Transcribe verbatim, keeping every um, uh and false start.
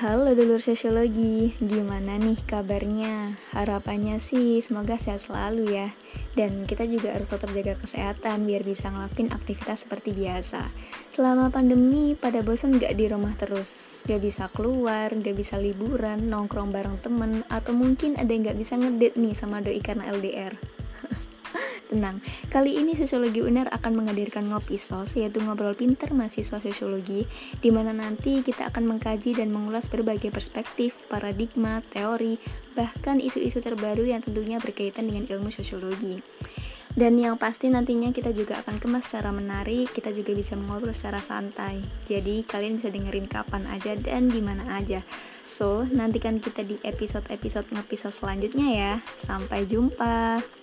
Halo dulur sosiologi, gimana nih kabarnya? Harapannya sih semoga sehat selalu ya. Dan kita juga harus tetap jaga kesehatan biar bisa ngelakuin aktivitas seperti biasa. Selama pandemi, pada bosan gak di rumah terus? Gak bisa keluar, gak bisa liburan, nongkrong bareng temen, atau mungkin ada yang gak bisa ngedate nih sama doi karena L D R? Tenang, kali ini Sosiologi UNER akan menghadirkan Ngopi Sos, yaitu ngobrol pinter mahasiswa sosiologi, di mana nanti kita akan mengkaji dan mengulas berbagai perspektif, paradigma, teori, bahkan isu-isu terbaru yang tentunya berkaitan dengan ilmu sosiologi. Dan yang pasti nantinya kita juga akan kemas secara menarik, kita juga bisa mengobrol secara santai. Jadi kalian bisa dengerin kapan aja dan dimana aja. So, nantikan kita di episode-episode Ngopi Sos selanjutnya ya. Sampai jumpa.